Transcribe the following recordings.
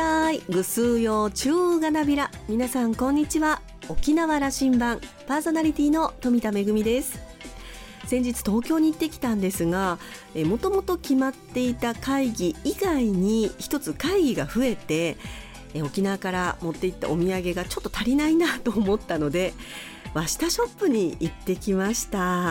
さいぐすうようちゅうがなびら。皆さんこんにちは。沖縄羅針盤パーソナリティの富田恵です。先日東京に行ってきたんですが、もともと決まっていた会議以外に一つ会議が増えて、沖縄から持っていったお土産がちょっと足りないなと思ったので和下ショップに行ってきました。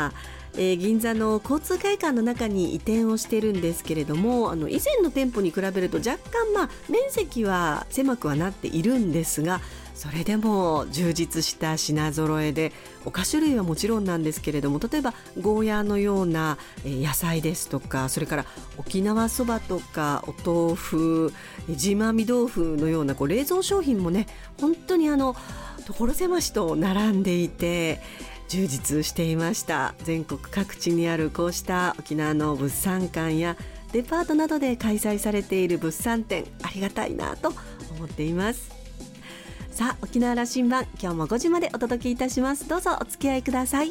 銀座の交通会館の中に移転をしているんですけれども、以前の店舗に比べると若干面積は狭くはなっているんですが、それでも充実した品揃えで、お菓子類はもちろんなんですけれども、例えばゴーヤーのような野菜ですとか、それから沖縄そばとかお豆腐、地まみ豆腐のような冷蔵商品もね、本当に所狭しと並んでいて充実していました。全国各地にあるこうした沖縄の物産館やデパートなどで開催されている物産展、ありがたいなと思っています。さあ、沖縄羅針盤、今日も5時までお届けいたします。どうぞお付き合いください。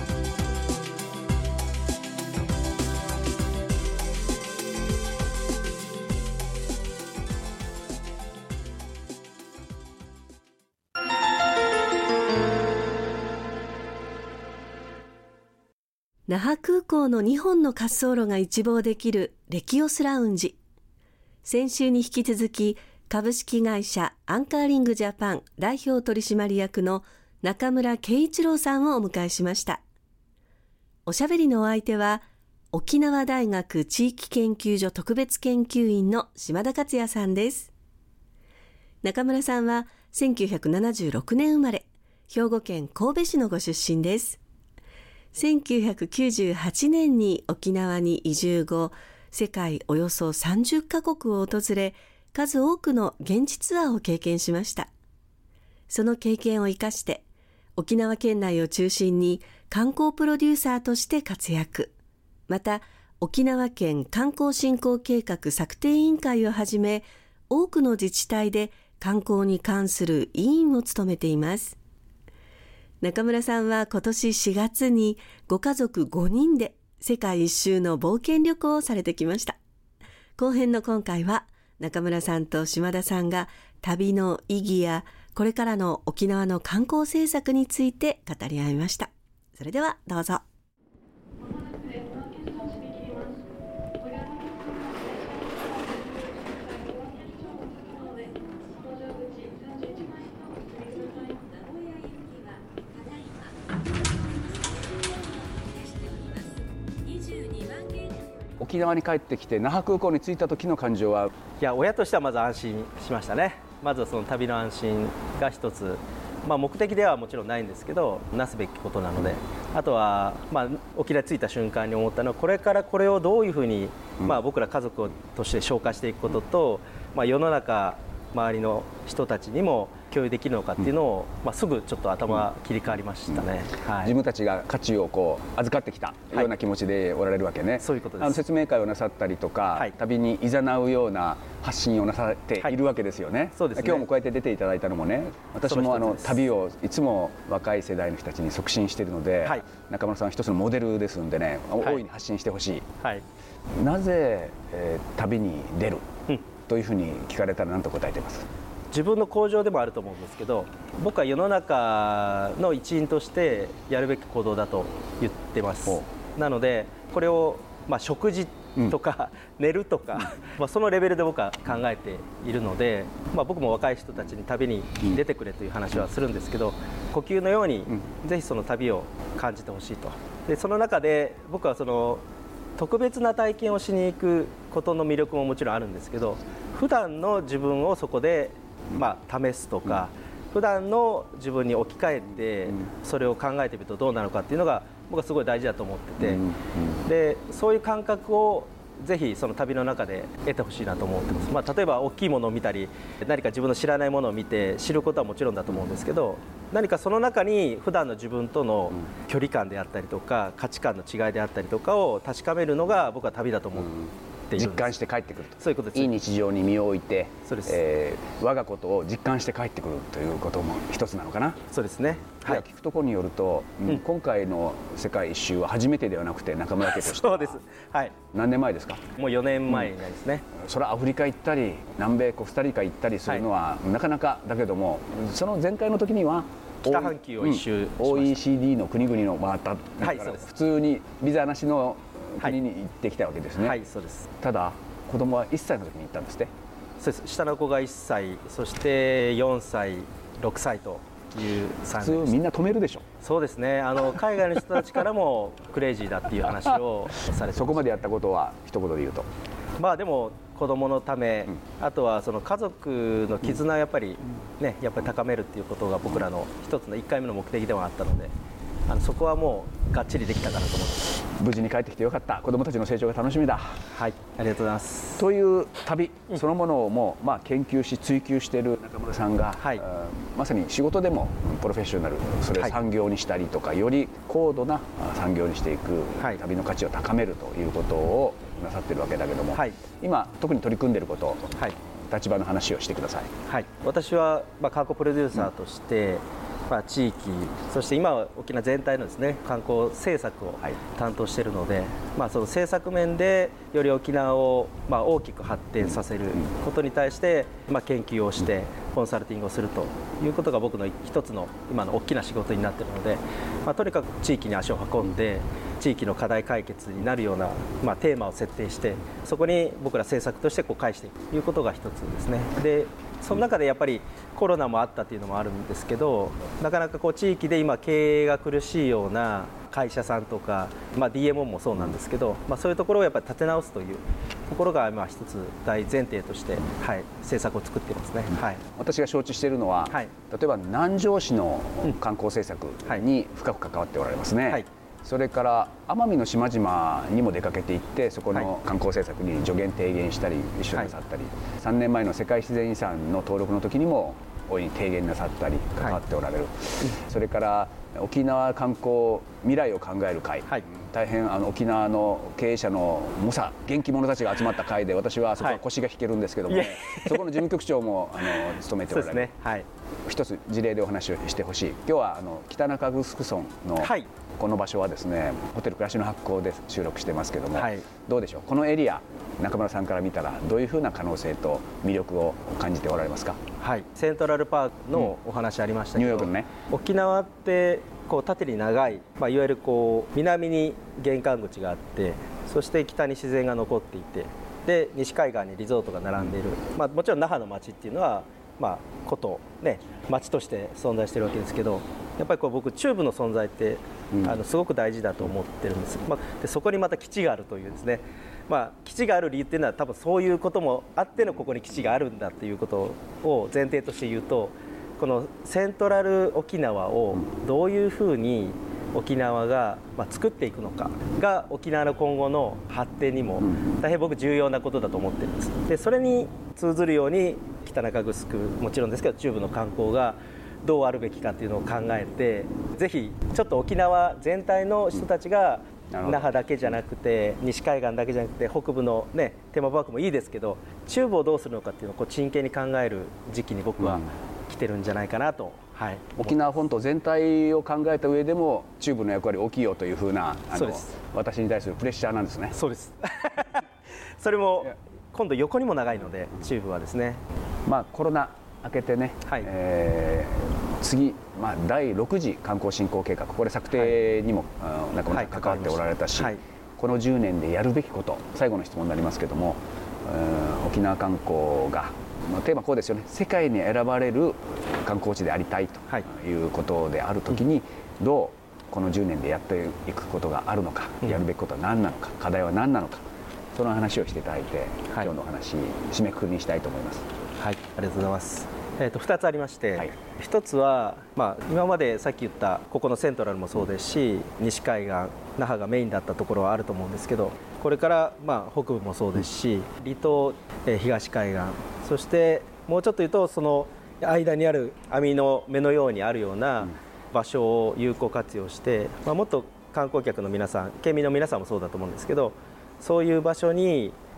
那覇空港の2本の滑走路が一望できるレキオスラウンジ。先週に引き続き株式会社アンカーリングジャパン代表取締役の中村圭一郎さんをお迎えしました。おしゃべりのお相手は沖縄大学地域研究所特別研究員の島田克也さんです。中村さんは1976年生まれ、兵庫県神戸市のご出身です。1998年に沖縄に移住後、世界およそ30カ国を訪れ、数多くの現地ツアーを経験しました。その経験を生かして、沖縄県内を中心に観光プロデューサーとして活躍。また、沖縄県観光振興計画策定委員会をはじめ、多くの自治体で観光に関する委員を務めています。中村さんは今年4月にご家族5人で世界一周の冒険旅行をされてきました。後編の今回は中村さんと島田さんが旅の意義やこれからの沖縄の観光政策について語り合いました。それではどうぞ。 沖縄に帰ってきて那覇空港に着いた時の感情は？ いや、親としてはまず安心しましたね。まずはその旅の安心が一つ、目的ではもちろんないんですけど、なすべきことなので、あとは、沖縄に着いた瞬間に思ったのは、これからこれをどういうふうに、僕ら家族として消化していくことと、世の中周りの人たちにも共有できるのかっていうのを、すぐちょっと頭切り替わりましたね。 自分たちが価値を預かってきたような気持ちでおられるわけね。 そういうことです。 説明会をなさったりとか、旅に誘うような発信をなさっているわけですよね。 そうですね。 今日もこうやって出ていただいたのもね、私も旅をいつも若い世代の人たちに促進しているので、中村さんは一つのモデルですんでね、大いに発信してほしい。なぜ、旅に出るというふうに聞かれたら何と答えています？ 自分の向上でもあると思うんですけど、僕は世の中の一員としてやるべき行動だと言ってます。なのでこれを食事とか寝るとか、そのレベルで僕は考えているので、僕も若い人たちに旅に出てくれという話はするんですけど、呼吸のようにぜひその旅を感じてほしいと。でその中で僕はその特別な体験をしに行くことの魅力ももちろんあるんですけど、普段の自分をそこで試すとか、普段の自分に置き換えてそれを考えてみるとどうなのかっていうのが僕はすごい大事だと思ってて、でそういう感覚をぜひその旅の中で得てほしいなと思ってます。例えば大きいものを見たり、何か自分の知らないものを見て知ることはもちろんだと思うんですけど、何かその中に普段の自分との距離感であったりとか価値観の違いであったりとかを確かめるのが僕は旅だと思っているんです。 実感して帰ってくると。 そういうことです。 いい日常に身を置いて、 そうです、 我がことを実感して帰ってくるということも一つなのかな。 そうですね。 はい、聞くところによると、今回の世界一周は初めてではなくて中村家としてはそうです、はい、 何年前ですか？ もう4年前になりますね。 それはアフリカ行ったり南米コスタリカ行ったりするのはなかなかだけども、その前回の時には北半球を一周しました。 OECD の国々の回った、 はい、そうです。 普通にビザなしの国に行ってきたわけですね。 はい、そうです。 ただ子供は1歳の時に行ったんですって。 そうです。下の子が1歳、そして4歳、6歳という3年。 普通みんな止めるでしょ。 そうですね。海外の人たちからもクレイジーだっていう話をされてそこまでやったことは一言で言うと、 まあでも子供のため、あとはその家族の絆をやっぱりね、やっぱり高めるっていうことが僕らの一つの1回目の目的ではあったので、そこはもうがっちりできたかなと思います。 無事に帰ってきてよかった。子どもたちの成長が楽しみだ。 はい、ありがとうございます。 という旅そのものをも研究し追求している中村さんが、はい、まさに仕事でもプロフェッショナル、それを産業にしたりとか、より高度な産業にしていく、旅の価値を高めるということをなさっているわけだけども、はい、今特に取り組んでいること、はい、立場の話をしてください。 はい、私は観光プロデューサーとして、地域、そして今は沖縄全体のですね、観光政策を担当しているので、その政策面でより沖縄を大きく発展させることに対して研究をしてコンサルティングをするということが僕の一つの今の大きな仕事になっているので、とにかく地域に足を運んで地域の課題解決になるようなテーマを設定して、そこに僕ら政策として返していくということが一つですね。でその中でやっぱりコロナもあったというのもあるんですけど、なかなか地域で今経営が苦しいような会社さんとか、DMO もそうなんですけど、そういうところをやっぱり立て直すというところが今一つ大前提として、政策を作っていますね。 私が承知しているのは、例えば南城市の観光政策に深く関わっておられますね。それから奄美の島々にも出かけていって、そこの観光政策に助言提言したり一緒になさったり、3年前の世界自然遺産の登録の時にも大いに提言なさったり関わっておられる、それから沖縄観光未来を考える会、大変沖縄の経営者の猛者元気者たちが集まった会で、私はそこは腰が引けるんですけども、そこの事務局長も務めておられる。一つ事例でお話をしてほしい。今日は北中城村のこの場所はですね、ホテル暮らしの発行で収録してますけども、どうでしょう、このエリア中村さんから見たらどういうふうな可能性と魅力を感じておられますか？ セントラルパークのお話ありましたけど、 ニューヨークのね、 沖縄って縦に長い、いわゆる南に玄関口があって、そして北に自然が残っていて、で西海岸にリゾートが並んでいる、もちろん那覇の街っていうのはことね、街として存在しているわけですけど、やっぱり僕中部の存在ってすごく大事だと思ってるんです。でそこにまた基地があるというですね、基地がある理由っていうのは多分そういうこともあってのここに基地があるんだっていうことを前提として言うと、このセントラル沖縄をどういうふうに沖縄が作っていくのかが沖縄の今後の発展にも大変僕重要なことだと思ってるんです。でそれに通ずるように北中城もちろんですけど中部の観光がどうあるべきかっていうのを考えて、ぜひちょっと沖縄全体の人たちが那覇だけじゃなくて西海岸だけじゃなくて北部のねテーマパークもいいですけど、中部をどうするのかっていうのを真剣に考える時期に僕は来てるんじゃないかなと。 沖縄本島全体を考えた上でも中部の役割大きいよというふうな私に対するプレッシャーなんですね。 そうですそれも今度横にも長いので中部はですね、 コロナ明けてね、次、第6次観光振興計画、これ策定にも中村さん関わっておられたし、この10年でやるべきこと、最後の質問になりますけども、沖縄観光がテーマこうですよね、世界に選ばれる観光地でありたいということであるときに、どうこの10年でやっていくことがあるのか、やるべきことは何なのか、課題は何なのか、その話をしていただいて、今日のお話締めくくりにしたいと思います。 ありがとうございます。2つありまして、1つは、今までさっき言ったここのセントラルもそうですし、西海岸那覇がメインだったところはあると思うんですけど、これから北部もそうですし、離島、東海岸、そしてもうちょっと言うとその間にある網の目のようにあるような場所を有効活用して、もっと観光客の皆さん、県民の皆さんもそうだと思うんですけど、そういう場所に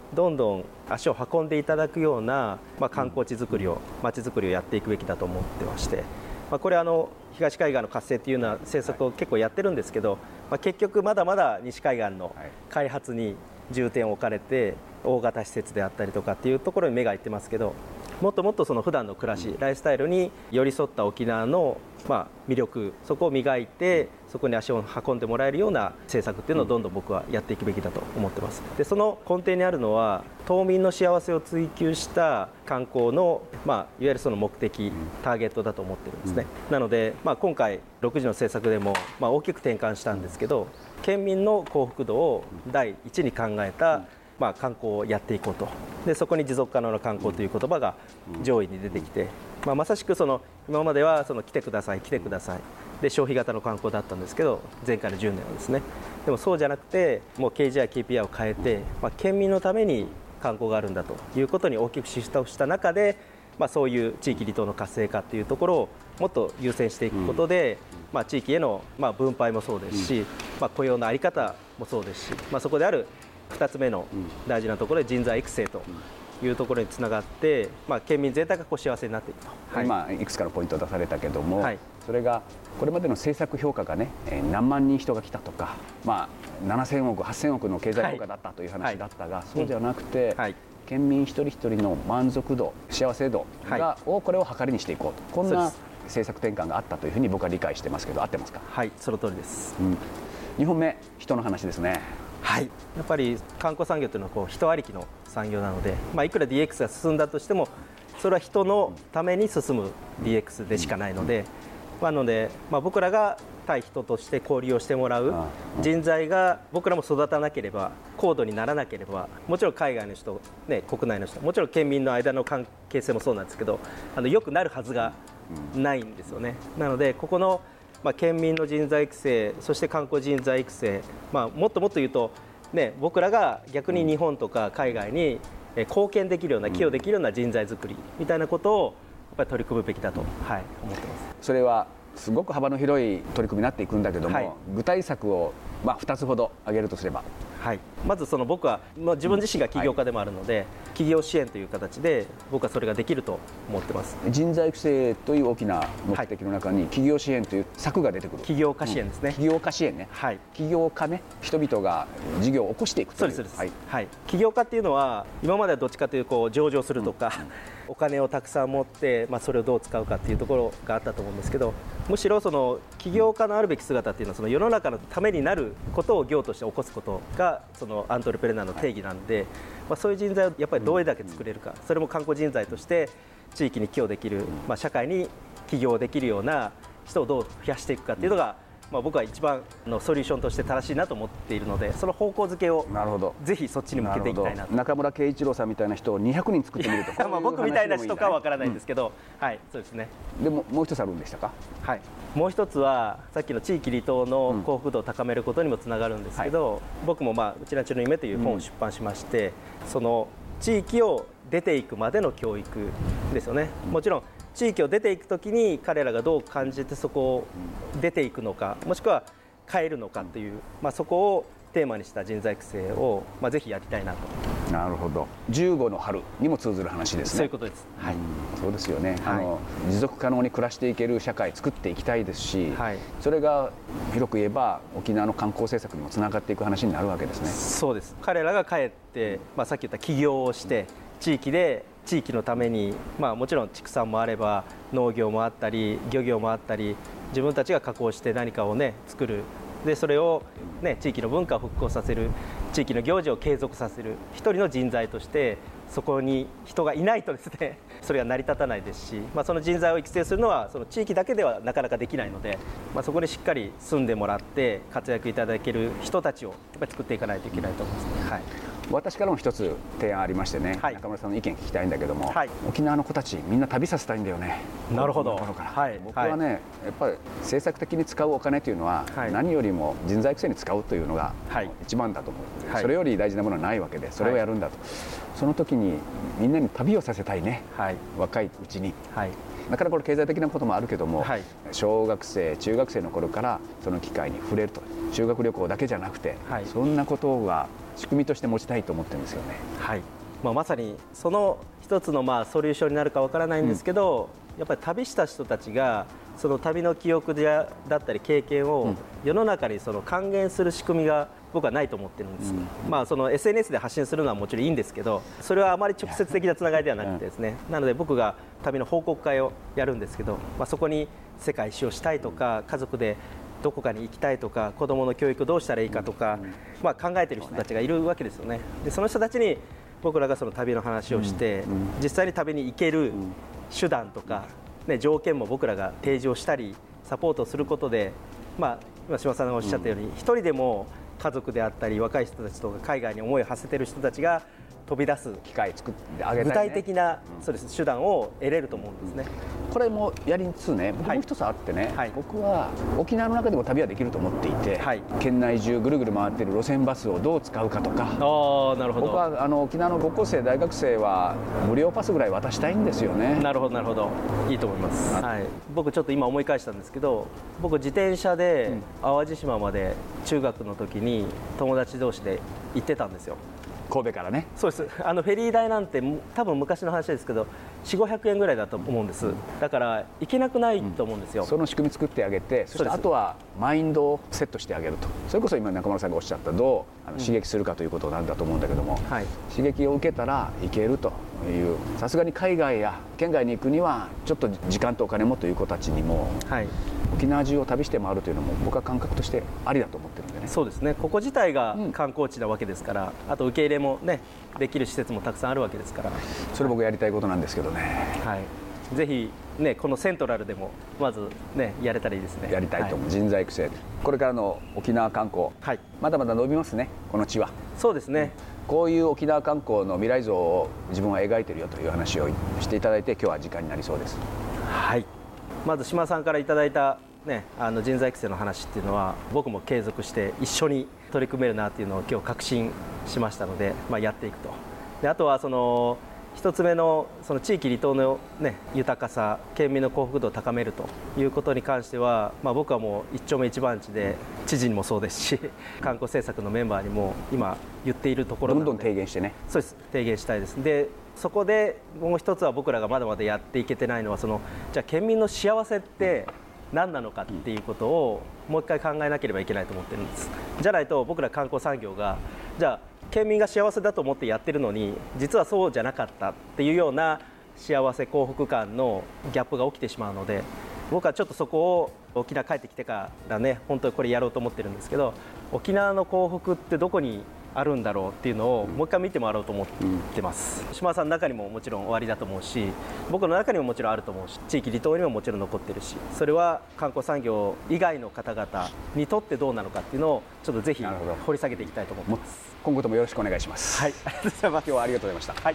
どんどん足を運んでいただくような、観光地づくりを、街づくりをやっていくべきだと思ってまして、これ東海岸の活性というような政策を結構やってるんですけど、結局まだまだ西海岸の開発に重点を置かれて、大型施設であったりとかっていうところに目がいってますけど、もっともっとその普段の暮らし、ライフスタイルに寄り添った沖縄の魅力、そこを磨いて、そこに足を運んでもらえるような政策っていうのをどんどん僕はやっていくべきだと思ってます。でその根底にあるのは、島民の幸せを追求した観光の、いわゆるその目的、ターゲットだと思ってるんですね。なので、今回6時の政策でも、大きく転換したんですけど、県民の幸福度を第一に考えた観光をやっていこうと。でそこに持続可能な観光という言葉が上位に出てきて、まさしく今までは来てください来てくださいで消費型の観光だったんですけど、前回の10年はですね。でもそうじゃなくて、もう KGI、KPI を変えて、県民のために観光があるんだということに大きくシフトした中で、そういう地域離島の活性化というところをもっと優先していくことで、地域への分配もそうですし、雇用の在り方もそうですし、そこである2つ目の大事なところで人材育成というところにつながって、県民全体が幸せになっていくと、 今いくつかのポイントを出されたけども、それがこれまでの政策評価がね、何万人人が来たとか、7000億8000億の経済効果だったという話だったが、そうじゃなくて、県民一人一人の満足度、幸せ度をこれを測りにしていこうと、こんな政策転換があったというふうに僕は理解してますけど、合ってますか？ はい、その通りです。 2本目、人の話ですね。 はい、やっぱり観光産業というのは人ありきの産業なので、いくら DX が進んだとしても、それは人のために進む DX でしかないので、僕らが対人として交流をしてもらう人材が僕らも育たなければ、高度にならなければ、もちろん海外の人、国内の人、もちろん県民の間の関係性もそうなんですけど、良くなるはずがないんですよね。なのでここの県民の人材育成、そして観光人材育成、もっともっと言うと、僕らが逆に日本とか海外に貢献できるような、寄与できるような人材作りみたいなことをやっぱり取り組むべきだと、思ってます。 それはすごく幅の広い取り組みになっていくんだけども、具体策を2つほど挙げるとすれば。 まず僕は、自分自身が起業家でもあるので、企業支援という形で僕はそれができると思ってます。 人材育成という大きな目的の中に企業支援という策が出てくる。 起業家支援ですね。 起業家支援ね。起業家ね、人々が事業を起こしていくという。 そうです。起業家っていうのは今まではどっちかというと上場するとか、お金をたくさん持って、それをどう使うかっていうところがあったと思うんですけど、むしろ起業家のあるべき姿っていうのは、世の中のためになることを業として起こすことがアントレプレナーの定義なんで、そういう人材をやっぱりどれだけ作れるか、それも観光人材として地域に寄与できる、社会に起業できるような人をどう増やしていくかっていうのが、僕は一番のソリューションとして正しいなと思っているので、その方向づけをぜひそっちに向けていきたいなと。 中村圭一郎さんみたいな人を200人作ってみると僕みたいな人かは分からないんですけど、そうですね。 でももう一つあるんでしたか？ もう一つはさっきの地域離島の幸福度を高めることにもつながるんですけど、僕もうちなちの夢という本を出版しまして、その地域を出ていくまでの教育ですよね。もちろん地域を出ていくときに彼らがどう感じてそこを出ていくのか、もしくは変えるのかという、そこをテーマにした人材育成を、ぜひやりたいなと。 なるほど。15の春にも通ずる話ですね。 そういうことです。 そうですよね。持続可能に暮らしていける社会作っていきたいですし、それが広く言えば沖縄の観光政策にもつながっていく話になるわけですね。 そうです。彼らが帰って、さっき言った起業をして地域で地域のために、もちろん畜産もあれば農業もあったり漁業もあったり、自分たちが加工して何かを作る。でそれを、地域の文化を復興させる、地域の行事を継続させる一人の人材として、そこに人がいないとですね、それは成り立たないですし、その人材を育成するのはその地域だけではなかなかできないので、そこにしっかり住んでもらって活躍いただける人たちをやっぱり作っていかないといけないと思いますね。 私からも一つ提案ありましてね、中村さんの意見聞きたいんだけども、沖縄の子たちみんな旅させたいんだよね。 なるほど。 僕はね、やっぱり政策的に使うお金というのは、何よりも人材育成に使うというのが一番だと思う。それより大事なものはないわけで、それをやるんだと。その時にみんなに旅をさせたいね、若いうちに。だからこれ経済的なこともあるけども、小学生中学生の頃からその機会に触れると、修学旅行だけじゃなくて、そんなことが仕組みとして持ちたいと思ってるんですよね。 はい、まさにその一つのソリューションになるかわからないんですけど、やっぱり旅した人たちがその旅の記憶だったり経験を世の中にその還元する仕組みが僕はないと思ってるんです、その SNS で発信するのはもちろんいいんですけど、それはあまり直接的なつながりではなくてですね、なので僕が旅の報告会をやるんですけど、そこに世界一周をしたいとか、家族でどこかに行きたいとか、子どもの教育どうしたらいいかとか、考えている人たちがいるわけですよね。でその人たちに僕らがその旅の話をして、実際に旅に行ける手段とか、条件も僕らが提示をしたりサポートすることで、今島さんがおっしゃったように、一人でも家族であったり若い人たちとか海外に思いを馳せている人たちが飛び出す機会作ってあげたい、 具体的な、そうです、手段を得れると思うんですね。 これもやりつつね、僕も一つあってね、僕は沖縄の中でも旅はできると思っていて、県内中ぐるぐる回っている路線バスをどう使うかとか、なるほど、僕は沖縄の高校生大学生は無料パスぐらい渡したいんですよね。 なるほどなるほど、いいと思います、僕ちょっと今思い返したんですけど、僕自転車で淡路島まで中学の時に友達同士で行ってたんですよ。 神戸からね。 そうです。フェリー代なんて多分昔の話ですけど400、500円ぐらいだと思うんです。だから行けなくないと思うんですよ。 その仕組み作ってあげて、そしてあとはマインドをセットしてあげると。それこそ今中村さんがおっしゃったどう刺激するかということなんだと思うんだけども、刺激を受けたら行けるという、さすがに海外や県外に行くにはちょっと時間とお金もという子たちにも、沖縄中を旅して回るというのも僕は感覚としてありだと思ってるんでね。 そうですね、ここ自体が観光地なわけですから、あと受け入れもねできる施設もたくさんあるわけですから、 それ僕やりたいことなんですけどね。 ぜひね、このセントラルでもまずねやれたらいいですね。 やりたいと思う、人材育成、これからの沖縄観光、まだまだ伸びますね、この地は。 そうですね、 こういう沖縄観光の未来像を自分は描いてるよという話をしていただいて、今日は時間になりそうです。 まず島さんからいただいた人材育成の話っていうのは僕も継続して一緒に取り組めるなっていうのを今日確信しましたので、やっていくと。であとはその一つ目のその地域離島の、豊かさ、県民の幸福度を高めるということに関しては、僕はもう一丁目一番地で知事にもそうですし観光政策のメンバーにも今言っているところなので、 どんどん提言してね。 そうです、提言したいです。でそこでもう一つは僕らがまだまだやっていけてないのは、じゃあ県民の幸せって何なのかっていうことをもう一回考えなければいけないと思ってるんです。じゃないと僕ら観光産業がじゃあ県民が幸せだと思ってやってるのに実はそうじゃなかったっていうような幸せ幸福感のギャップが起きてしまうので、僕はちょっとそこを沖縄帰ってきてからね本当にこれやろうと思ってるんですけど、沖縄の幸福ってどこにあるんだろうっていうのをもう一回見てもらおうと思ってます。島さんの中にももちろん終わりだと思うし、僕の中にももちろんあると思うし、地域離島にももちろん残ってるし、それは観光産業以外の方々にとってどうなのかっていうのをちょっとぜひ掘り下げていきたいと思ってます。 今後ともよろしくお願いします。 ありがとうございます。 今日はありがとうございました。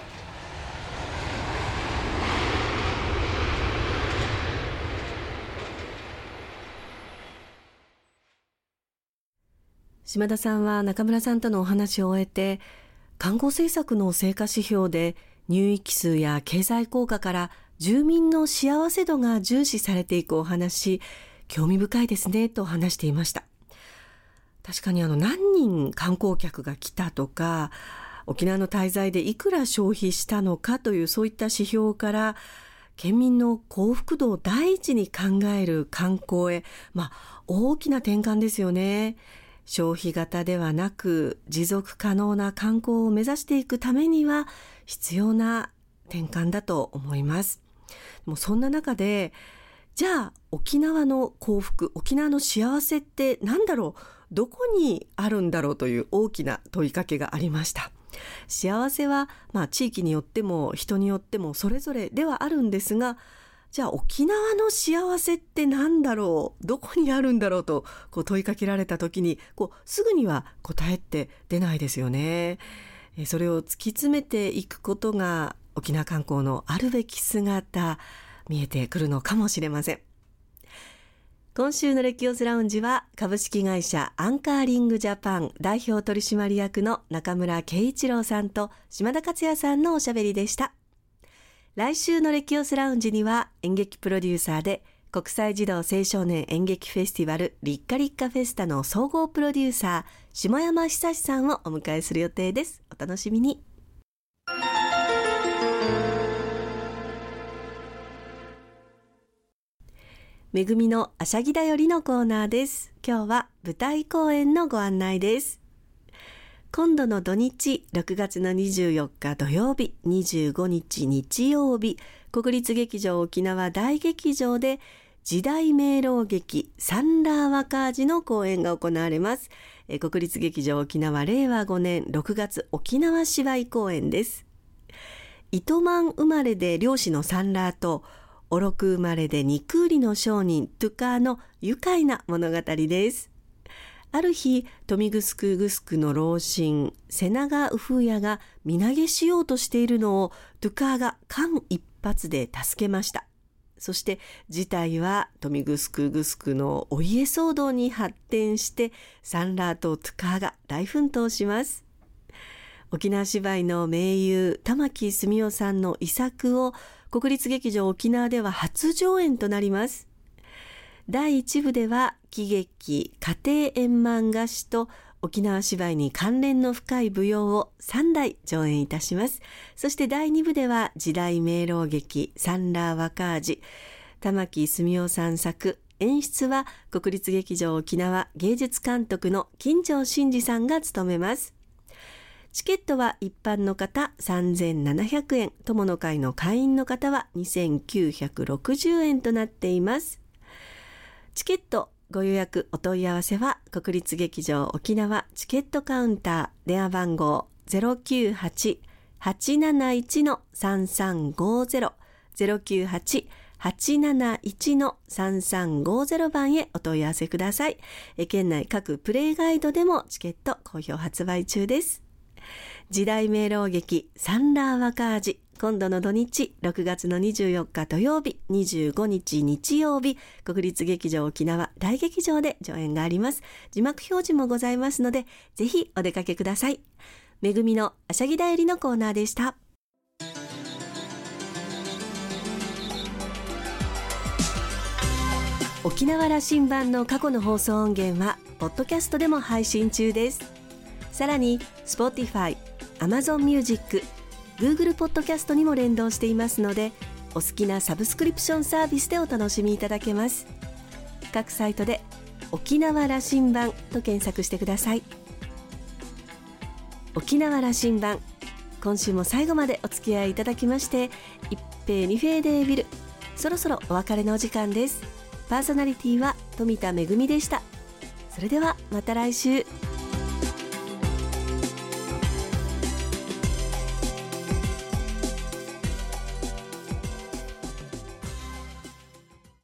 島田さんは中村さんとのお話を終えて、観光政策の成果指標で入域数や経済効果から住民の幸せ度が重視されていくお話、興味深いですねと話していました。確かに何人観光客が来たとか、沖縄の滞在でいくら消費したのかというそういった指標から県民の幸福度を第一に考える観光へ、大きな転換ですよね。消費型ではなく持続可能な観光を目指していくためには必要な転換だと思います。もうそんな中で、じゃあ沖縄の幸福、沖縄の幸せって何だろう、どこにあるんだろうという大きな問いかけがありました。幸せは地域によっても人によってもそれぞれではあるんですが、じゃあ沖縄の幸せって何だろう、どこにあるんだろうと問いかけられた時にすぐには答えって出ないですよね。それを突き詰めていくことが沖縄観光のあるべき姿、見えてくるのかもしれません。今週のレキオスラウンジは株式会社アンカーリングジャパン代表取締役の中村圭一郎さんと島田克也さんのおしゃべりでした。来週のレキオスラウンジには演劇プロデューサーで国際児童青少年演劇フェスティバルリッカリッカフェスタの総合プロデューサー下山久さんをお迎えする予定です。お楽しみに。めぐみのあしゃぎだよりのコーナーです。今日は舞台公演のご案内です。今度の土日6月の24日土曜日25日日曜日、国立劇場沖縄大劇場で時代迷廊劇サンラーワカージの公演が行われます。国立劇場沖縄令和5年6月沖縄芝居公演です。糸満生まれで漁師のサンラーとオロク生まれで肉売りの商人トゥカーの愉快な物語です。ある日、豊見城城の老臣瀬長ウフヤが身投げしようとしているのをトゥカーが間一髪で助けました。そして事態は豊見城城のお家騒動に発展してサンラーとトゥカーが大奮闘します。沖縄芝居の名優玉木澄夫さんの遺作を国立劇場沖縄では初上演となります。第1部では喜劇家庭円満菓子と沖縄芝居に関連の深い舞踊を3台上演いたします。そして第2部では時代迷廊劇サンラーワカージ、玉木澄夫さん作、演出は国立劇場沖縄芸術監督の金城真嗣さんが務めます。チケットは一般の方3700円、友の会の会員の方は2960円となっています。チケットご予約お問い合わせは国立劇場沖縄チケットカウンター電話番号 098-871-3350 098-871-3350 番へお問い合わせください。県内各プレイガイドでもチケット好評発売中です。時代迷廊劇サンラーワカージ、今度の土日6月の24日土曜日25日日曜日、国立劇場沖縄大劇場で上演があります。字幕表示もございますのでぜひお出かけください。めぐみのあしゃぎだよりのコーナーでした。沖縄羅針盤の過去の放送音源はポッドキャストでも配信中です。さらに Spotify、Amazon Music、Google ポッドキャストにも連動していますので、お好きなサブスクリプションサービスでお楽しみいただけます。各サイトで沖縄羅針盤と検索してください。沖縄羅針盤、今週も最後までお付き合いいただきまして一平二平デービル、そろそろお別れのお時間です。パーソナリティは富田恵でした。それではまた来週。